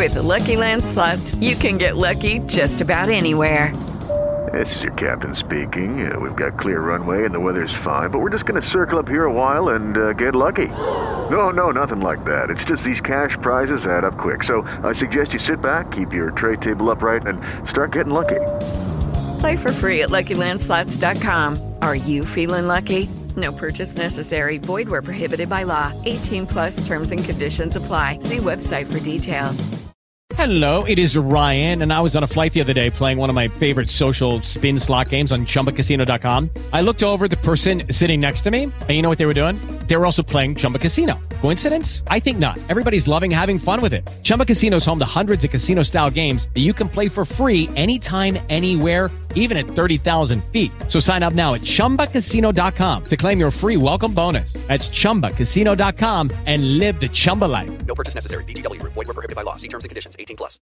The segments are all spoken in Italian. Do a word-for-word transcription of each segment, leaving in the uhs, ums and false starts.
With the Lucky Land Slots, you can get lucky just about anywhere. This is your captain speaking. Uh, we've got clear runway and the weather's fine, but we're just going to circle up here a while and uh, get lucky. No, no, nothing like that. It's just these cash prizes add up quick. So I suggest you sit back, keep your tray table upright, and start getting lucky. Play for free at Lucky Land Slots dot com. Are you feeling lucky? No purchase necessary. Void where prohibited by law. eighteen plus terms and conditions apply. See website for details. Hello, it is Ryan, and I was on a flight the other day playing one of my favorite social spin slot games on Chumba Casino dot com. I looked over at the person sitting next to me, and you know what they were doing? They were also playing Chumba Casino. Coincidence? I think not. Everybody's loving having fun with it. Chumba Casino is home to hundreds of casino-style games that you can play for free anytime, anywhere, even at thirty thousand feet. So sign up now at Chumba Casino dot com to claim your free welcome bonus. That's Chumba Casino dot com and live the Chumba life. No purchase necessary. V G W. Void where prohibited by law. See terms and conditions. eighteen plus.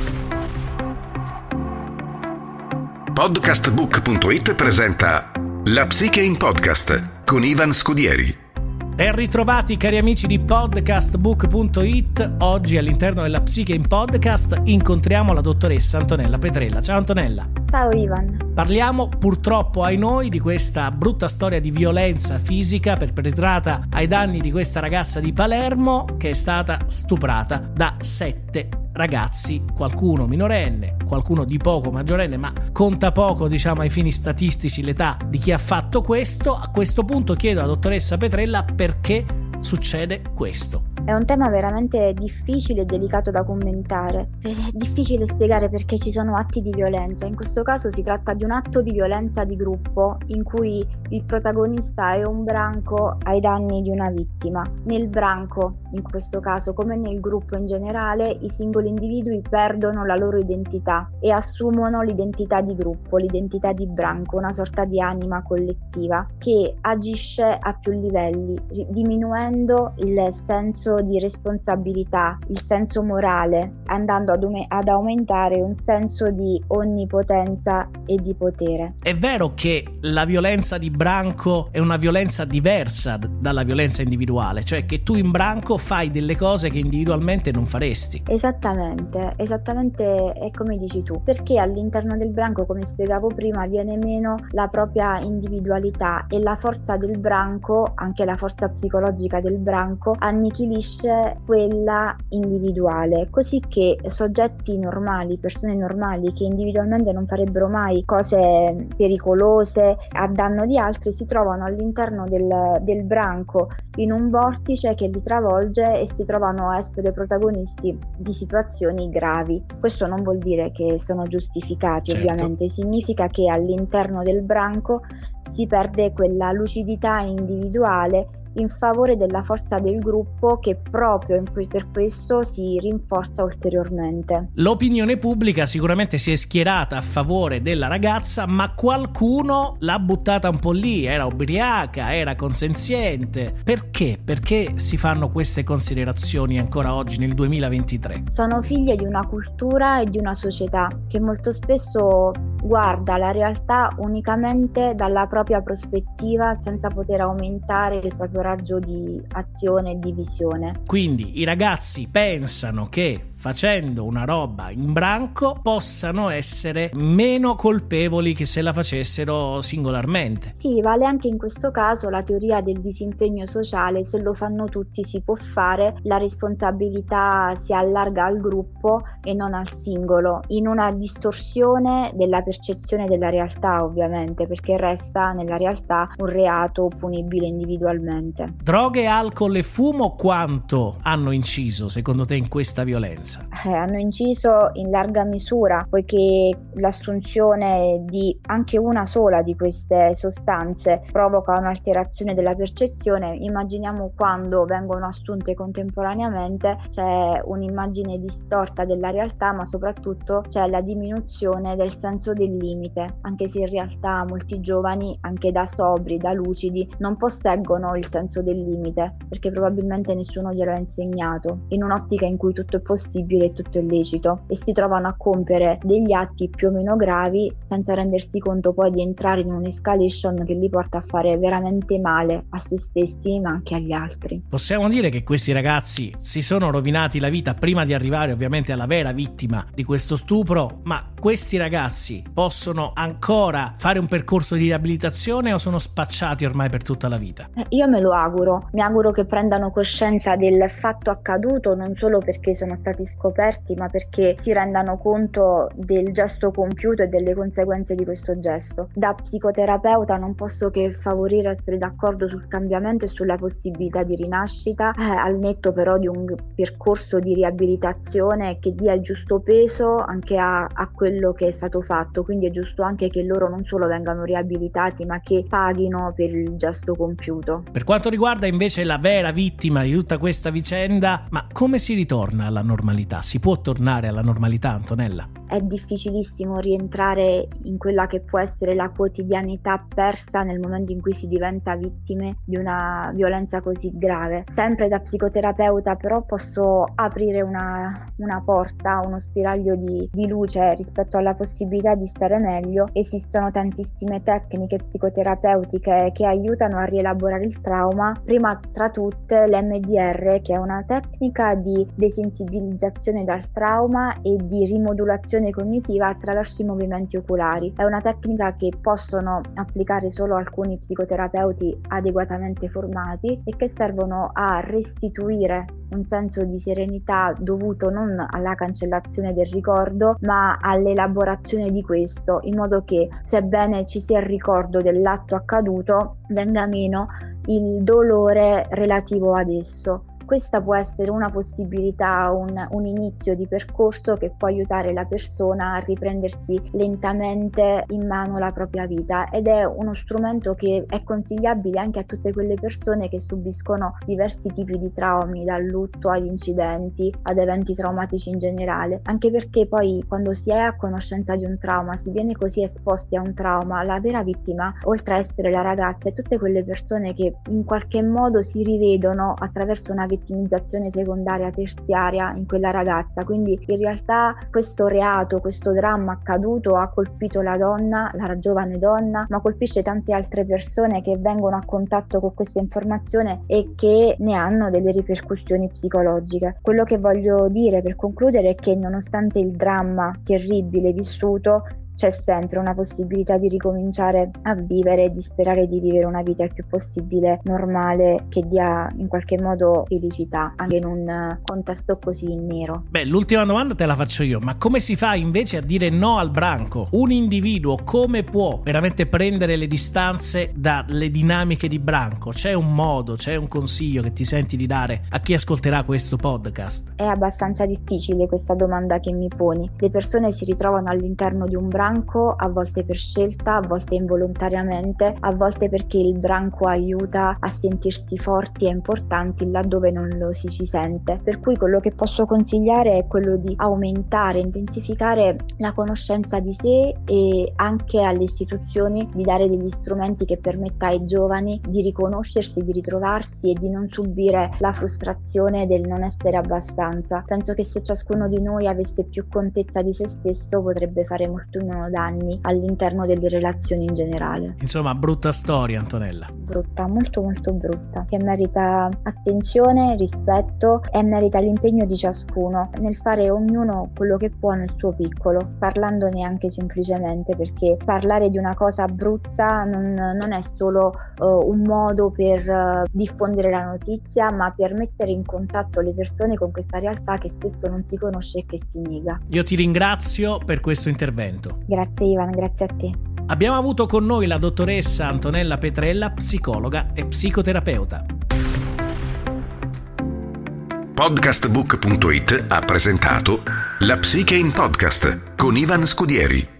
podcast book punto it presenta La Psiche in Podcast con Ivan Scudieri. Ben ritrovati cari amici di podcast book punto it. Oggi all'interno della Psiche in Podcast incontriamo la dottoressa Antonella Petrella. Ciao Antonella. Ciao Ivan. Parliamo purtroppo ai noi di questa brutta storia di violenza fisica perpetrata ai danni di questa ragazza di Palermo che è stata stuprata da sette ragazzi, qualcuno minorenne, qualcuno di poco maggiorenne, ma conta poco diciamo ai fini statistici l'età di chi ha fatto questo. A questo punto chiedo alla dottoressa Petrella perché succede questo. È un tema veramente difficile e delicato da commentare. È difficile spiegare perché ci sono atti di violenza. In questo caso si tratta di un atto di violenza di gruppo in cui il protagonista è un branco ai danni di una vittima. Nel branco, in questo caso, come nel gruppo in generale, i singoli individui perdono la loro identità e assumono l'identità di gruppo, l'identità di branco, una sorta di anima collettiva che agisce a più livelli, diminuendo il senso di responsabilità, il senso morale, andando ad, um- ad aumentare un senso di onnipotenza e di potere. È vero che la violenza di branco è una violenza diversa d- dalla violenza individuale, cioè che tu in branco fai delle cose che individualmente non faresti. Esattamente, esattamente è come dici tu, perché all'interno del branco, come spiegavo prima, viene meno la propria individualità e la forza del branco, anche la forza psicologica del branco, annichilisce quella individuale, così che soggetti normali, persone normali che individualmente non farebbero mai cose pericolose a danno di altri, si trovano all'interno del, del branco in un vortice che li travolge e si trovano a essere protagonisti di situazioni gravi. Questo non vuol dire che sono giustificati, certo. Ovviamente significa che all'interno del branco si perde quella lucidità individuale in favore della forza del gruppo che proprio per questo si rinforza ulteriormente. L'opinione pubblica sicuramente si è schierata a favore della ragazza, ma qualcuno l'ha buttata un po' lì, era ubriaca, era consenziente. Perché? Perché si fanno queste considerazioni ancora oggi nel duemilaventitré? Sono figlie di una cultura e di una società che molto spesso guarda la realtà unicamente dalla propria prospettiva senza poter aumentare il proprio raggio di azione e di visione. Quindi i ragazzi pensano che facendo una roba in branco possano essere meno colpevoli che se la facessero singolarmente. Sì, vale anche in questo caso la teoria del disimpegno sociale: se lo fanno tutti si può fare, la responsabilità si allarga al gruppo e non al singolo, in una distorsione della percezione della realtà, ovviamente, perché resta nella realtà un reato punibile individualmente. Droghe, alcol e fumo quanto hanno inciso secondo te in questa violenza? Eh, hanno inciso in larga misura, poiché l'assunzione di anche una sola di queste sostanze provoca un'alterazione della percezione. Immaginiamo quando vengono assunte contemporaneamente, c'è un'immagine distorta della realtà, ma soprattutto c'è la diminuzione del senso del limite, anche se in realtà molti giovani, anche da sobri, da lucidi, non posseggono il senso del limite, perché probabilmente nessuno glielo ha insegnato, in un'ottica in cui tutto è possibile possibile e tutto illecito e si trovano a compiere degli atti più o meno gravi senza rendersi conto poi di entrare in un'escalation che li porta a fare veramente male a se stessi ma anche agli altri. Possiamo dire che questi ragazzi si sono rovinati la vita prima di arrivare ovviamente alla vera vittima di questo stupro, ma questi ragazzi possono ancora fare un percorso di riabilitazione o sono spacciati ormai per tutta la vita? Eh, io me lo auguro, mi auguro che prendano coscienza del fatto accaduto, non solo perché sono stati scoperti ma perché si rendano conto del gesto compiuto e delle conseguenze di questo gesto. Da psicoterapeuta non posso che favorire, essere d'accordo sul cambiamento e sulla possibilità di rinascita, eh, al netto però di un percorso di riabilitazione che dia il giusto peso anche a, a quello che è stato fatto, quindi è giusto anche che loro non solo vengano riabilitati ma che paghino per il gesto compiuto. Per quanto riguarda invece la vera vittima di tutta questa vicenda, ma come si ritorna alla normalità? Si può tornare alla normalità, Antonella? È difficilissimo rientrare in quella che può essere la quotidianità persa nel momento in cui si diventa vittime di una violenza così grave. Sempre da psicoterapeuta però posso aprire una, una porta, uno spiraglio di, di luce rispetto alla possibilità di stare meglio. Esistono tantissime tecniche psicoterapeutiche che aiutano a rielaborare il trauma, prima tra tutte l'M D R, che è una tecnica di desensibilizzazione dal trauma e di rimodulazione cognitiva attraverso i movimenti oculari. È una tecnica che possono applicare solo alcuni psicoterapeuti adeguatamente formati e che servono a restituire un senso di serenità dovuto non alla cancellazione del ricordo ma all'elaborazione di questo, in modo che, sebbene ci sia il ricordo dell'atto accaduto, venga meno il dolore relativo ad esso. Questa può essere una possibilità, un, un inizio di percorso che può aiutare la persona a riprendersi lentamente in mano la propria vita, ed è uno strumento che è consigliabile anche a tutte quelle persone che subiscono diversi tipi di traumi, dal lutto ad incidenti, ad eventi traumatici in generale, anche perché poi quando si è a conoscenza di un trauma, si viene così esposti a un trauma, la vera vittima, oltre a essere la ragazza, è tutte quelle persone che in qualche modo si rivedono attraverso una vittimizzazione secondaria, terziaria in quella ragazza. Quindi in realtà questo reato, questo dramma accaduto ha colpito la donna, la giovane donna, ma colpisce tante altre persone che vengono a contatto con questa informazione e che ne hanno delle ripercussioni psicologiche. Quello che voglio dire per concludere è che nonostante il dramma terribile vissuto, c'è sempre una possibilità di ricominciare a vivere e di sperare di vivere una vita il più possibile normale, che dia in qualche modo felicità anche in un contesto così nero. Beh, l'ultima domanda te la faccio io: ma come si fa invece a dire no al branco? Un individuo come può veramente prendere le distanze dalle dinamiche di branco? C'è un modo, c'è un consiglio che ti senti di dare a chi ascolterà questo podcast? È abbastanza difficile questa domanda che mi poni. Le persone si ritrovano all'interno di un branco, a volte per scelta, a volte involontariamente, a volte perché il branco aiuta a sentirsi forti e importanti laddove non lo si ci sente. Per cui quello che posso consigliare è quello di aumentare, intensificare la conoscenza di sé e anche alle istituzioni di dare degli strumenti che permetta ai giovani di riconoscersi, di ritrovarsi e di non subire la frustrazione del non essere abbastanza. Penso che se ciascuno di noi avesse più contezza di se stesso potrebbe fare molto meno danni all'interno delle relazioni in generale. Insomma, brutta storia, Antonella. Brutta, molto molto brutta, che merita attenzione, rispetto e merita l'impegno di ciascuno nel fare ognuno quello che può nel suo piccolo, parlandone anche semplicemente, perché parlare di una cosa brutta non, non è solo uh, un modo per uh, diffondere la notizia, ma per mettere in contatto le persone con questa realtà che spesso non si conosce e che si nega. Io ti ringrazio per questo intervento. Grazie Ivan, grazie a te. Abbiamo avuto con noi la dottoressa Antonella Petrella, psicologa e psicoterapeuta. Podcastbook punto it ha presentato La Psiche in Podcast con Ivan Scudieri.